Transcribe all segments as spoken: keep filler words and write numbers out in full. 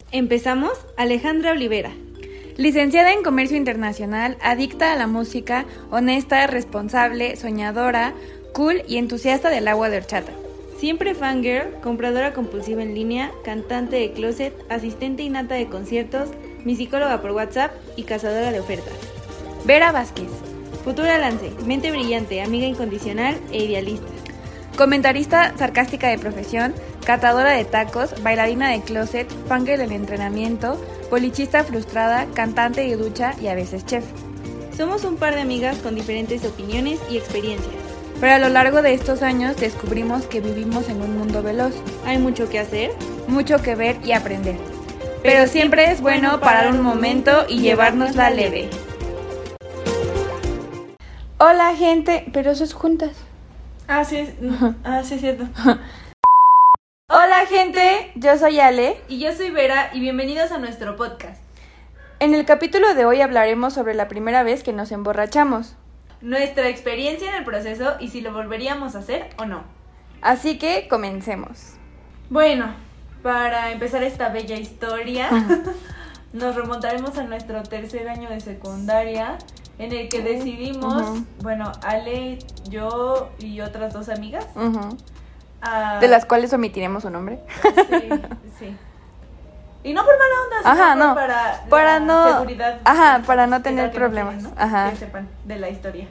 Empezamos. Alejandra Olivera. Licenciada en Comercio Internacional, adicta a la música, honesta, responsable, soñadora, cool y entusiasta del agua de horchata. Siempre fangirl, compradora compulsiva en línea, cantante de closet, asistente innata de conciertos, mi psicóloga por WhatsApp y cazadora de ofertas. Vera Vázquez. Futura lance, mente brillante, amiga incondicional e idealista. Comentarista sarcástica de profesión, catadora de tacos, bailarina de closet, fangirl del entrenamiento, bolichista frustrada, cantante de ducha y a veces chef. Somos un par de amigas con diferentes opiniones y experiencias. Pero a lo largo de estos años descubrimos que vivimos en un mundo veloz. Hay mucho que hacer, mucho que ver y aprender. Pero, Pero siempre es bueno parar un momento y llevárnosla leve. Hola gente, pero eso es juntas. Ah, sí, es, ah, sí es cierto. Hola gente, yo soy Ale. Y yo soy Vera y bienvenidos a nuestro podcast. En el capítulo de hoy hablaremos sobre la primera vez que nos emborrachamos. Nuestra experiencia en el proceso y si lo volveríamos a hacer o no. Así que comencemos. Bueno, para empezar esta bella historia, nos remontaremos a nuestro tercer año de secundaria, en el que decidimos, uh-huh. bueno, Ale, yo y otras dos amigas. Uh-huh. Uh, de las cuales omitiremos su nombre. Sí, sí. Y no por mala onda, sino ajá, no. para, para la no, seguridad. Ajá, para no tener problemas. Que, no, ajá. que sepan de la historia.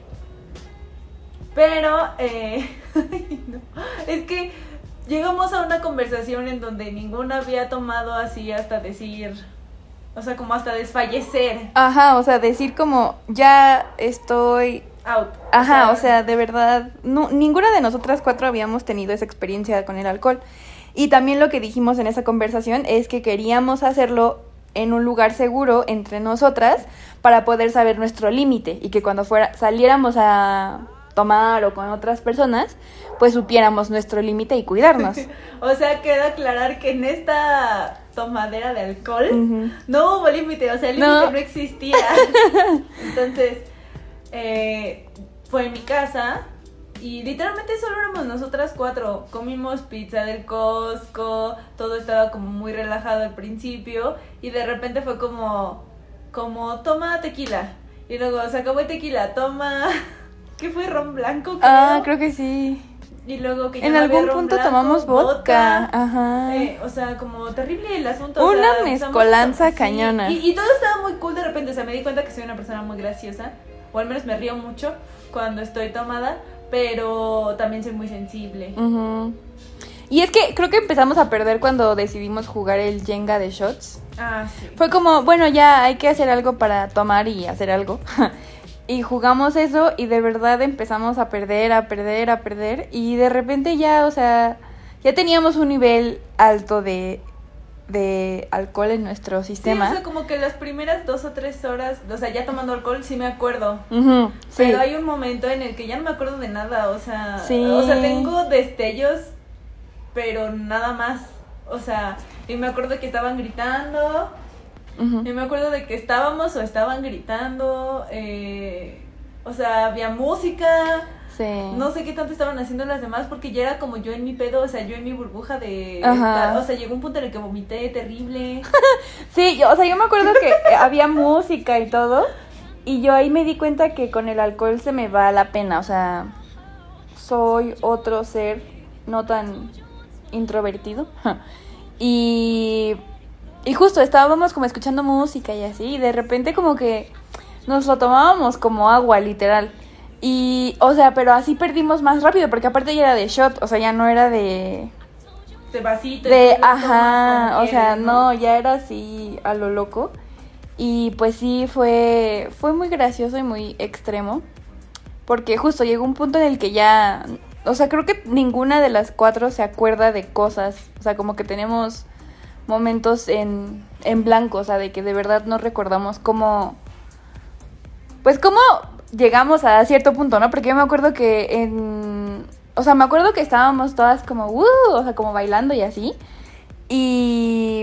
Pero, eh, no, es que llegamos a una conversación en donde ninguna había tomado así hasta decir, o sea, como hasta desfallecer. Ajá, o sea, decir como, ya estoy... out. Ajá, o sea, o sea de verdad, no, ninguna de nosotras cuatro habíamos tenido esa experiencia con el alcohol. Y también lo que dijimos en esa conversación es que queríamos hacerlo en un lugar seguro entre nosotras para poder saber nuestro límite y que cuando fuera saliéramos a tomar o con otras personas, pues supiéramos nuestro límite y cuidarnos. O sea, queda aclarar que en esta tomadera de alcohol uh-huh. no hubo límite, o sea, el límite no. no existía. Entonces, eh, fue en mi casa. Y literalmente solo éramos nosotras cuatro. Comimos pizza del Costco, todo estaba como muy relajado al principio. Y de repente fue como, como toma tequila. Y luego se acabó el tequila, toma... ¿Qué fue? ¿Ron blanco? Creo. Ah, creo que sí. Y luego que ya en no algún había punto ron blanco, tomamos vodka. vodka. Ajá. Eh, o sea, como terrible el asunto. Una o sea, mezcolanza sí, cañona. Y, y todo estaba muy cool de repente. O sea, me di cuenta que soy una persona muy graciosa. O al menos me río mucho cuando estoy tomada. Pero también soy muy sensible. Uh-huh. Y es que creo que empezamos a perder cuando decidimos jugar el Jenga de shots. Ah, sí. Fue como, bueno, ya hay que hacer algo para tomar y hacer algo. Y jugamos eso y de verdad empezamos a perder, a perder, a perder. Y de repente ya, o sea, ya teníamos un nivel alto de, de alcohol en nuestro sistema. Sí, o sea, como que las primeras dos o tres horas, o sea, ya tomando alcohol sí me acuerdo. Uh-huh, sí. Pero hay un momento en el que ya no me acuerdo de nada, o sea, sí. o sea, tengo destellos, pero nada más. O sea, y me acuerdo que estaban gritando... Uh-huh. Y me acuerdo de que estábamos o estaban gritando, eh, o sea, había música, sí. No sé qué tanto estaban haciendo las demás porque ya era como yo en mi pedo, o sea, yo en mi burbuja de, estar, o sea, llegó un punto en el que vomité terrible. Sí, yo, o sea, yo me acuerdo que había música y todo, y yo ahí me di cuenta que con el alcohol se me va la pena, o sea, soy otro ser no tan introvertido, y... Y justo estábamos como escuchando música y así, y de repente como que nos lo tomábamos como agua, literal. Y, o sea, pero así perdimos más rápido, porque aparte ya era de shot, o sea, ya no era de... De vasito. De, ajá, o sea, no, ya era así a lo loco. Y pues sí, fue, fue muy gracioso y muy extremo, porque justo llegó un punto en el que ya... O sea, creo que ninguna de las cuatro se acuerda de cosas, o sea, como que tenemos... momentos en, en blanco, o sea, de que de verdad no recordamos cómo, pues cómo llegamos a cierto punto, ¿no? Porque yo me acuerdo que en, o sea, me acuerdo que estábamos todas como, uh, o sea, como bailando y así, y,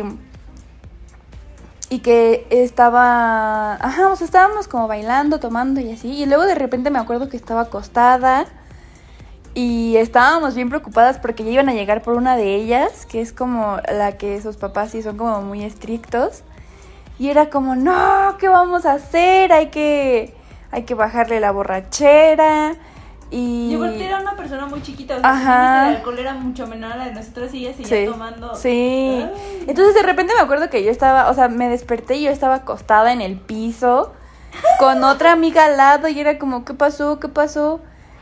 y que estaba, ajá, o sea, estábamos como bailando, tomando y así, y luego de repente me acuerdo que estaba acostada, Y estábamos bien preocupadas porque ya iban a llegar por una de ellas, que es como la que sus papás sí son como muy estrictos. Y era como, no, ¿qué vamos a hacer? Hay que, hay que bajarle la borrachera. Y yo aparte era una persona muy chiquita, o sea, ajá, el alcohol era mucho menor a la de nosotros y ella seguía sí, tomando. Sí. Ay. Entonces de repente me acuerdo que yo estaba, o sea, me desperté y yo estaba acostada en el piso con otra amiga al lado y era como, ¿qué pasó? ¿Qué pasó?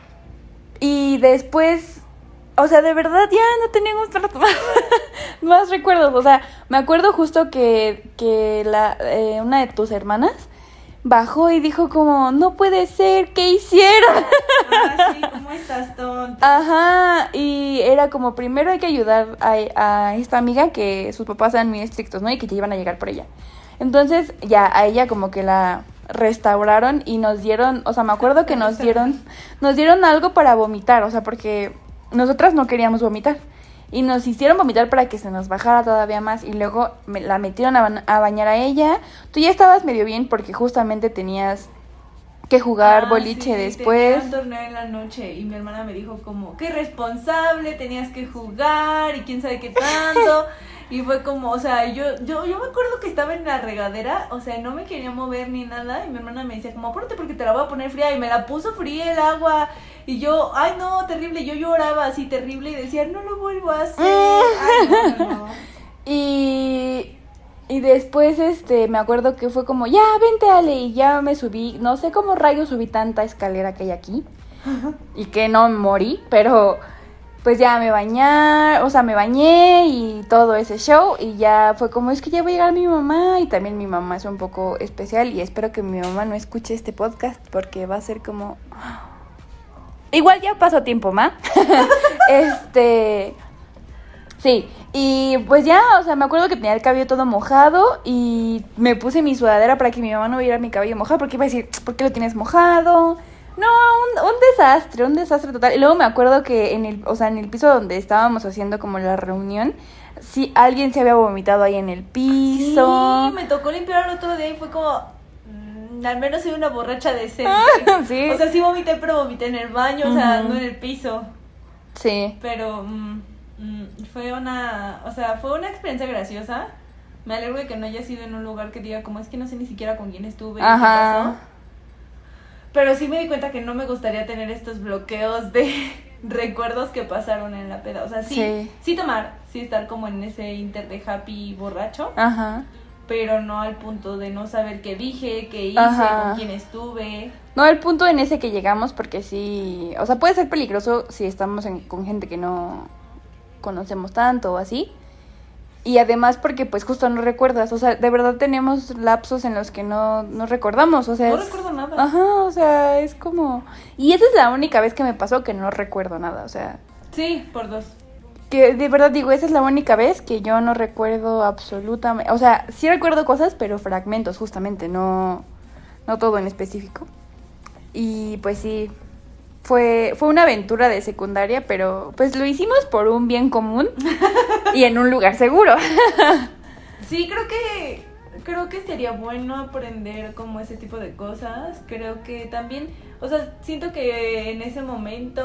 Y después, o sea, de verdad ya no teníamos más recuerdos. O sea, me acuerdo justo que, que la eh, una de tus hermanas bajó y dijo como, no puede ser, ¿qué hicieron? Ah, sí, ¿cómo estás, tonta? Ajá, y era como, primero hay que ayudar a, a esta amiga que sus papás eran muy estrictos, ¿no? Y que ya iban a llegar por ella. Entonces, ya a ella como que la restauraron y nos dieron, o sea, me acuerdo que nos dieron, nos dieron algo para vomitar, o sea, porque nosotras no queríamos vomitar. Y nos hicieron vomitar para que se nos bajara todavía más. Y luego me la metieron a, ba- a bañar a ella. Tú ya estabas medio bien porque justamente tenías que jugar ah, boliche sí, después. Tenía un torneo en la noche y mi hermana me dijo como, qué responsable, tenías que jugar y quién sabe qué tanto. Y fue como, o sea, yo, yo, yo me acuerdo que estaba en la regadera, o sea, no me quería mover ni nada. Y mi hermana me decía como, apúrate porque te la voy a poner fría. Y me la puso fría el agua. Y yo, ay no, terrible, yo lloraba así terrible y decía, no lo vuelvo a hacer. Ay, no, no, no. Y, y después, este, me acuerdo que fue como, ya, vente Ale, y ya me subí, no sé cómo rayos subí tanta escalera que hay aquí, y que no morí, pero pues ya me bañé, o sea, me bañé y todo ese show, y ya fue como, es que ya va a llegar mi mamá, y también mi mamá es un poco especial, y espero que mi mamá no escuche este podcast, porque va a ser como... Igual ya pasó tiempo, ¿ma? este... Sí, y pues ya, o sea, me acuerdo que tenía el cabello todo mojado y me puse mi sudadera para que mi mamá no viera mi cabello mojado, porque iba a decir, ¿por qué lo tienes mojado? No, un, un desastre, un desastre total. Y luego me acuerdo que en el, o sea, en el piso donde estábamos haciendo como la reunión, sí, alguien se había vomitado ahí en el piso. Sí, me tocó limpiar el otro día y fue como... al menos soy una borracha decente. Sí. O sea, sí vomité, pero vomité en el baño, uh-huh. O sea, no en el piso. Sí. Pero mm, mm, fue una, o sea, fue una experiencia graciosa. Me alegro de que no haya sido en un lugar que diga como es que no sé ni siquiera con quién estuve. Ajá. ¿Qué pasó? Pero sí me di cuenta que no me gustaría tener estos bloqueos de recuerdos que pasaron en la peda. O sea, sí, sí, sí tomar, sí estar como en ese inter de happy borracho. Ajá. Pero no al punto de no saber qué dije, qué hice, ajá. con quién estuve. No al punto en ese que llegamos, porque sí, o sea, puede ser peligroso si estamos en, con gente que no conocemos tanto o así. Y además porque pues justo no recuerdas, o sea, de verdad tenemos lapsos en los que no, no recordamos, o sea... No es, recuerdo nada. Ajá, o sea, es como... Y esa es la única vez que me pasó que no recuerdo nada, o sea... Sí, por dos. Que de verdad digo, esa es la única vez que yo no recuerdo absolutamente... O sea, sí recuerdo cosas, pero fragmentos justamente, no, no todo en específico. Y pues sí, fue, fue una aventura de secundaria, pero pues lo hicimos por un bien común y en un lugar seguro. Sí, creo que creo que sería bueno aprender como ese tipo de cosas. Creo que también, o sea, siento que en ese momento...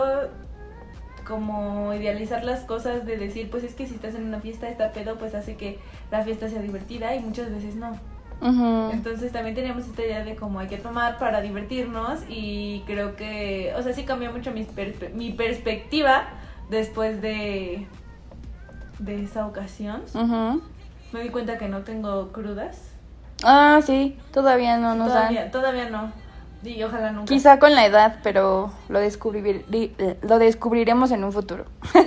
como idealizar las cosas de decir, pues es que si estás en una fiesta, está pedo, pues hace que la fiesta sea divertida y muchas veces no. Uh-huh. Entonces también teníamos esta idea de cómo hay que tomar para divertirnos y creo que, o sea, sí cambió mucho mi, perspe- mi perspectiva después de, de esa ocasión. Uh-huh. Me di cuenta que no tengo crudas. Ah, sí, todavía no nos todavía, dan. Todavía no. Y ojalá nunca. Quizá con la edad, pero lo, descubrir, lo descubriremos en un futuro.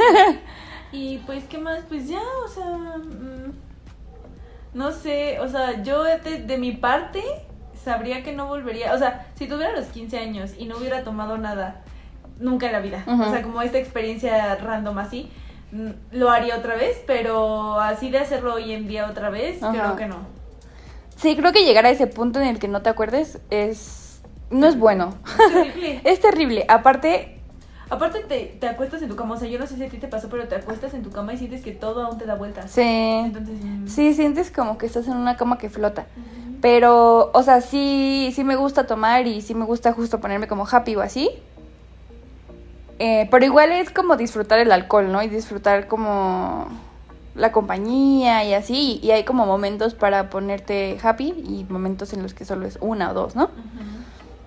Y pues, ¿qué más? Pues ya, o sea, mmm, no sé, o sea, yo de, de mi parte sabría que no volvería, o sea, si tuviera los quince años y no hubiera tomado nada, nunca en la vida, uh-huh. O sea, como esta experiencia random así, lo haría otra vez, pero así de hacerlo hoy en día otra vez, uh-huh. Creo que no. Sí, creo que llegar a ese punto en el que no te acuerdes es... No es bueno. Es terrible. Es terrible. Aparte... Aparte te, te acuestas en tu cama. O sea, yo no sé si a ti te pasó, pero te acuestas en tu cama y sientes que todo aún te da vueltas. Sí. Entonces... Sí, sientes como que estás en una cama que flota. Uh-huh. Pero, o sea, sí, sí me gusta tomar y sí me gusta justo ponerme como happy o así. Eh, pero igual es como disfrutar el alcohol, ¿no? Y disfrutar como la compañía y así. Y hay como momentos para ponerte happy y momentos en los que solo es una o dos, ¿no? Uh-huh.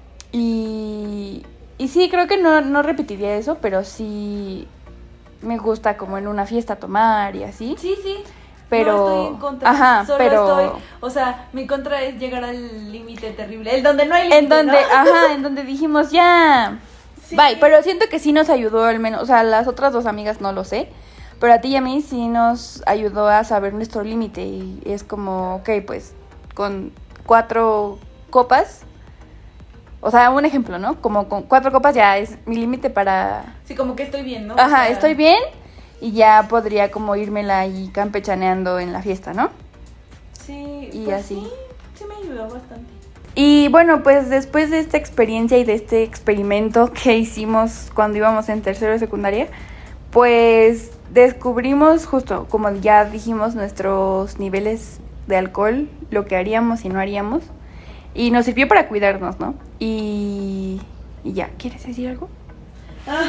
Y, y sí, creo que no, no repetiría eso, pero sí me gusta como en una fiesta tomar y así. Sí, sí. Pero, no estoy en contra. Ajá, Solo pero estoy, o sea, mi contra es llegar al límite terrible, el donde no hay límite, en donde, ¿no? ajá, en donde dijimos ya, sí. Bye, pero siento que sí nos ayudó al menos, o sea, las otras dos amigas no lo sé, pero a ti y a mí sí nos ayudó a saber nuestro límite y es como, ok, pues, con cuatro copas, o sea, un ejemplo, ¿no? Como con cuatro copas ya es mi límite para... Sí, como que estoy bien, ¿no? Ajá, o sea... estoy bien. Y ya podría como írmela ahí campechaneando en la fiesta, ¿no? Sí, y pues así. Sí, sí me ayudó bastante. Y bueno, pues después de esta experiencia y de este experimento que hicimos cuando íbamos en tercero de secundaria, pues descubrimos justo, como ya dijimos, nuestros niveles de alcohol, lo que haríamos y no haríamos. Y nos sirvió para cuidarnos, ¿no? Y, y ya, ¿quieres decir algo? Ah,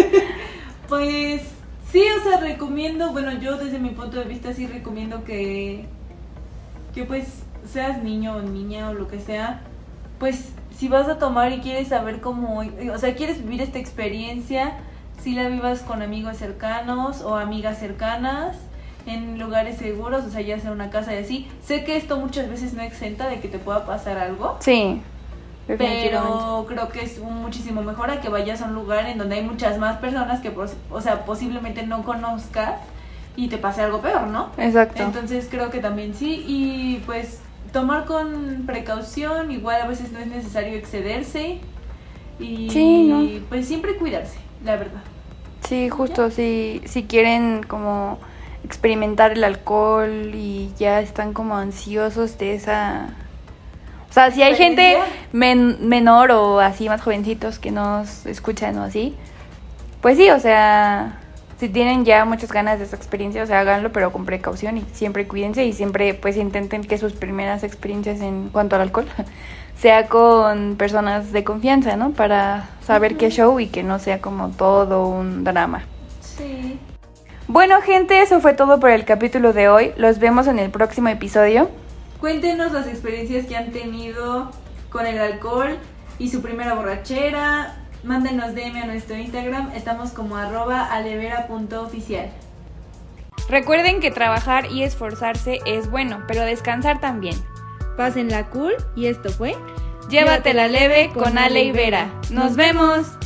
pues... Sí, o sea, recomiendo, bueno, yo desde mi punto de vista sí recomiendo que, que pues seas niño o niña o lo que sea, pues si vas a tomar y quieres saber cómo, o sea, quieres vivir esta experiencia, si la vivas con amigos cercanos o amigas cercanas, en lugares seguros, o sea, ya sea una casa y así. Sé que esto muchas veces no exenta de que te pueda pasar algo. Sí. Pero creo que es muchísimo mejor a que vayas a un lugar en donde hay muchas más personas que, o sea, posiblemente no conozcas y te pase algo peor, ¿no? Exacto. Entonces creo que también sí, y pues tomar con precaución, igual a veces no es necesario excederse y sí, ¿no? Pues siempre cuidarse, la verdad. Sí, justo, si, si quieren como experimentar el alcohol y ya están como ansiosos de esa... O sea, si hay gente men- menor o así más jovencitos que nos escuchan o así, pues sí, o sea, si tienen ya muchas ganas de esa experiencia, o sea, háganlo, pero con precaución y siempre cuídense y siempre pues intenten que sus primeras experiencias en cuanto al alcohol sea con personas de confianza, ¿no? Para saber uh-huh. qué show y que no sea como todo un drama. Sí. Bueno, gente, eso fue todo por el capítulo de hoy. Los vemos en el próximo episodio. Cuéntenos las experiencias que han tenido con el alcohol y su primera borrachera. Mándenos D M a nuestro Instagram. Estamos como arroba alevera punto oficial. Recuerden que trabajar y esforzarse es bueno, pero descansar también. Pásenla cool y esto fue Llévatela leve con Ale y Vera. ¡Nos vemos!